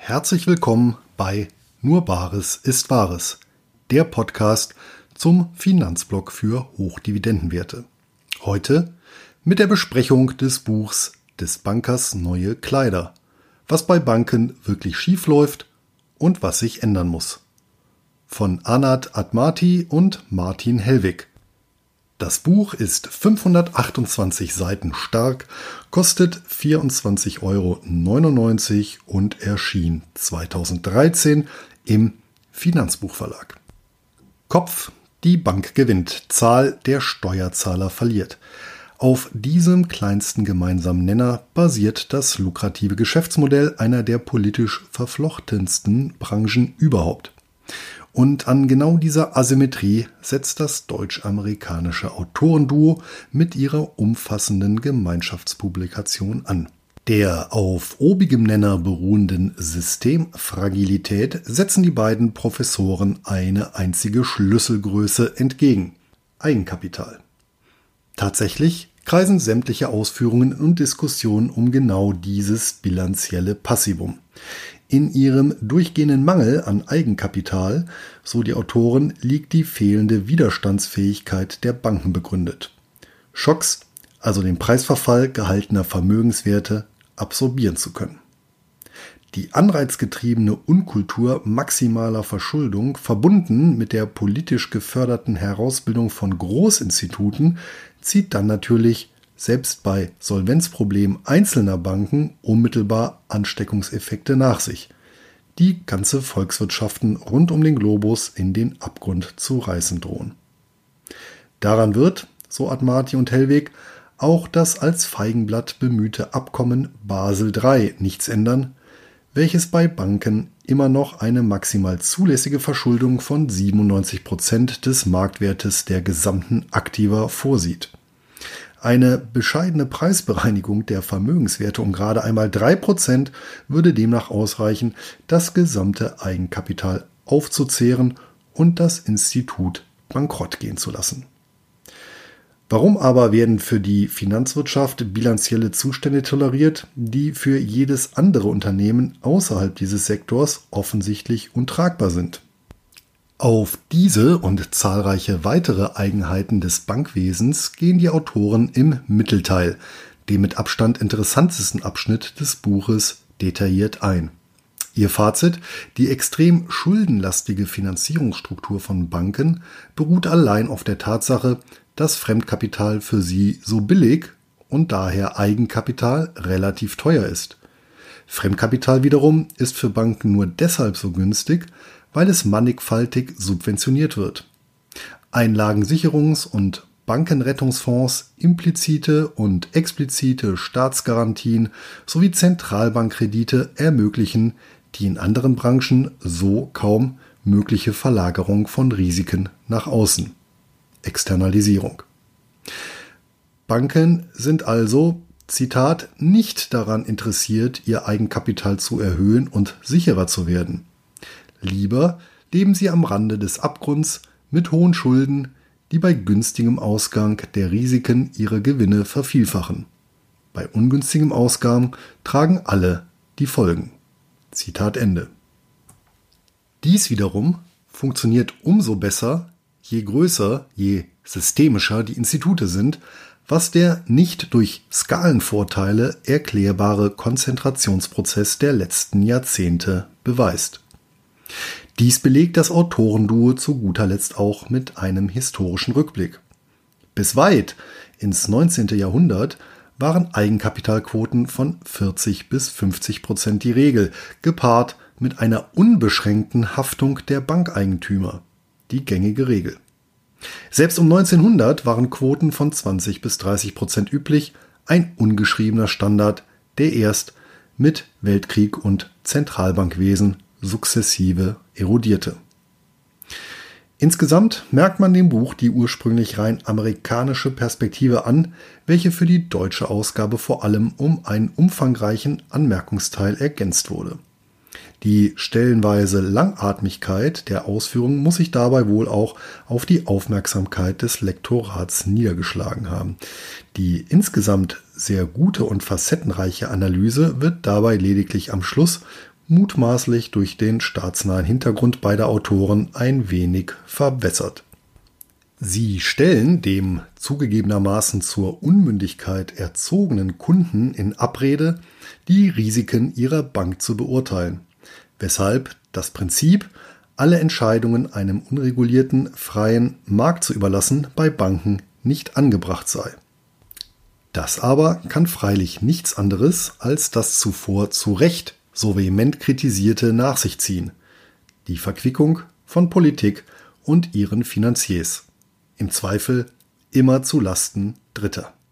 Herzlich willkommen bei Nur Bares ist Wahres, der Podcast zum Finanzblog für Hochdividendenwerte. Heute mit der Besprechung des Buchs des Bankers Neue Kleider, was bei Banken wirklich schief läuft und was sich ändern muss. Von Anat Admati und Martin Hellwig. Das Buch ist 528 Seiten stark, kostet 24,99 € und erschien 2013 im Finanzbuchverlag. Kopf: Die Bank gewinnt, Zahl: der Steuerzahler verliert. Auf diesem kleinsten gemeinsamen Nenner basiert das lukrative Geschäftsmodell einer der politisch verflochtensten Branchen überhaupt. Und an genau dieser Asymmetrie setzt das deutsch-amerikanische Autorenduo mit ihrer umfassenden Gemeinschaftspublikation an. Der auf obigem Nenner beruhenden Systemfragilität setzen die beiden Professoren eine einzige Schlüsselgröße entgegen: Eigenkapital. Tatsächlich kreisen sämtliche Ausführungen und Diskussionen um genau dieses bilanzielle Passivum. In ihrem durchgehenden Mangel an Eigenkapital, so die Autoren, liegt die fehlende Widerstandsfähigkeit der Banken begründet. Schocks, also den Preisverfall gehaltener Vermögenswerte, absorbieren zu können. Die anreizgetriebene Unkultur maximaler Verschuldung, verbunden mit der politisch geförderten Herausbildung von Großinstituten, zieht dann natürlich selbst bei Solvenzproblemen einzelner Banken unmittelbar Ansteckungseffekte nach sich, die ganze Volkswirtschaften rund um den Globus in den Abgrund zu reißen drohen. Daran wird, so Admati und Hellwig, auch das als Feigenblatt bemühte Abkommen Basel III nichts ändern, welches bei Banken immer noch eine maximal zulässige Verschuldung von 97% des Marktwertes der gesamten Aktiva vorsieht. Eine bescheidene Preisbereinigung der Vermögenswerte um gerade einmal 3% würde demnach ausreichen, das gesamte Eigenkapital aufzuzehren und das Institut bankrott gehen zu lassen. Warum aber werden für die Finanzwirtschaft bilanzielle Zustände toleriert, die für jedes andere Unternehmen außerhalb dieses Sektors offensichtlich untragbar sind? Auf diese und zahlreiche weitere Eigenheiten des Bankwesens gehen die Autoren im Mittelteil, dem mit Abstand interessantesten Abschnitt des Buches, detailliert ein. Ihr Fazit: Die extrem schuldenlastige Finanzierungsstruktur von Banken beruht allein auf der Tatsache, dass Fremdkapital für sie so billig und daher Eigenkapital relativ teuer ist. Fremdkapital wiederum ist für Banken nur deshalb so günstig, weil es mannigfaltig subventioniert wird. Einlagensicherungs- und Bankenrettungsfonds, implizite und explizite Staatsgarantien sowie Zentralbankkredite ermöglichen die in anderen Branchen so kaum mögliche Verlagerung von Risiken nach außen. Externalisierung. Banken sind also, Zitat, nicht daran interessiert, ihr Eigenkapital zu erhöhen und sicherer zu werden. Lieber leben sie am Rande des Abgrunds mit hohen Schulden, die bei günstigem Ausgang der Risiken ihre Gewinne vervielfachen. Bei ungünstigem Ausgang tragen alle die Folgen. Zitat Ende. Dies wiederum funktioniert umso besser, je größer, je systemischer die Institute sind, was der nicht durch Skalenvorteile erklärbare Konzentrationsprozess der letzten Jahrzehnte beweist. Dies belegt das Autorenduo zu guter Letzt auch mit einem historischen Rückblick. Bis weit ins 19. Jahrhundert waren Eigenkapitalquoten von 40-50% die Regel, gepaart mit einer unbeschränkten Haftung der Bankeigentümer, die gängige Regel. Selbst um 1900 waren Quoten von 20-30% üblich, ein ungeschriebener Standard, der erst mit Weltkrieg und Zentralbankwesen sukzessive erodierte. Insgesamt merkt man dem Buch die ursprünglich rein amerikanische Perspektive an, welche für die deutsche Ausgabe vor allem um einen umfangreichen Anmerkungsteil ergänzt wurde. Die stellenweise Langatmigkeit der Ausführungen muss sich dabei wohl auch auf die Aufmerksamkeit des Lektorats niedergeschlagen haben. Die insgesamt sehr gute und facettenreiche Analyse wird dabei lediglich am Schluss mutmaßlich durch den staatsnahen Hintergrund beider Autoren ein wenig verwässert. Sie stellen dem zugegebenermaßen zur Unmündigkeit erzogenen Kunden in Abrede, die Risiken ihrer Bank zu beurteilen, weshalb das Prinzip, alle Entscheidungen einem unregulierten, freien Markt zu überlassen, bei Banken nicht angebracht sei. Das aber kann freilich nichts anderes als das zuvor zu Recht so vehement kritisierte nach sich ziehen: die Verquickung von Politik und ihren Finanziers. Im Zweifel immer zu Lasten Dritter.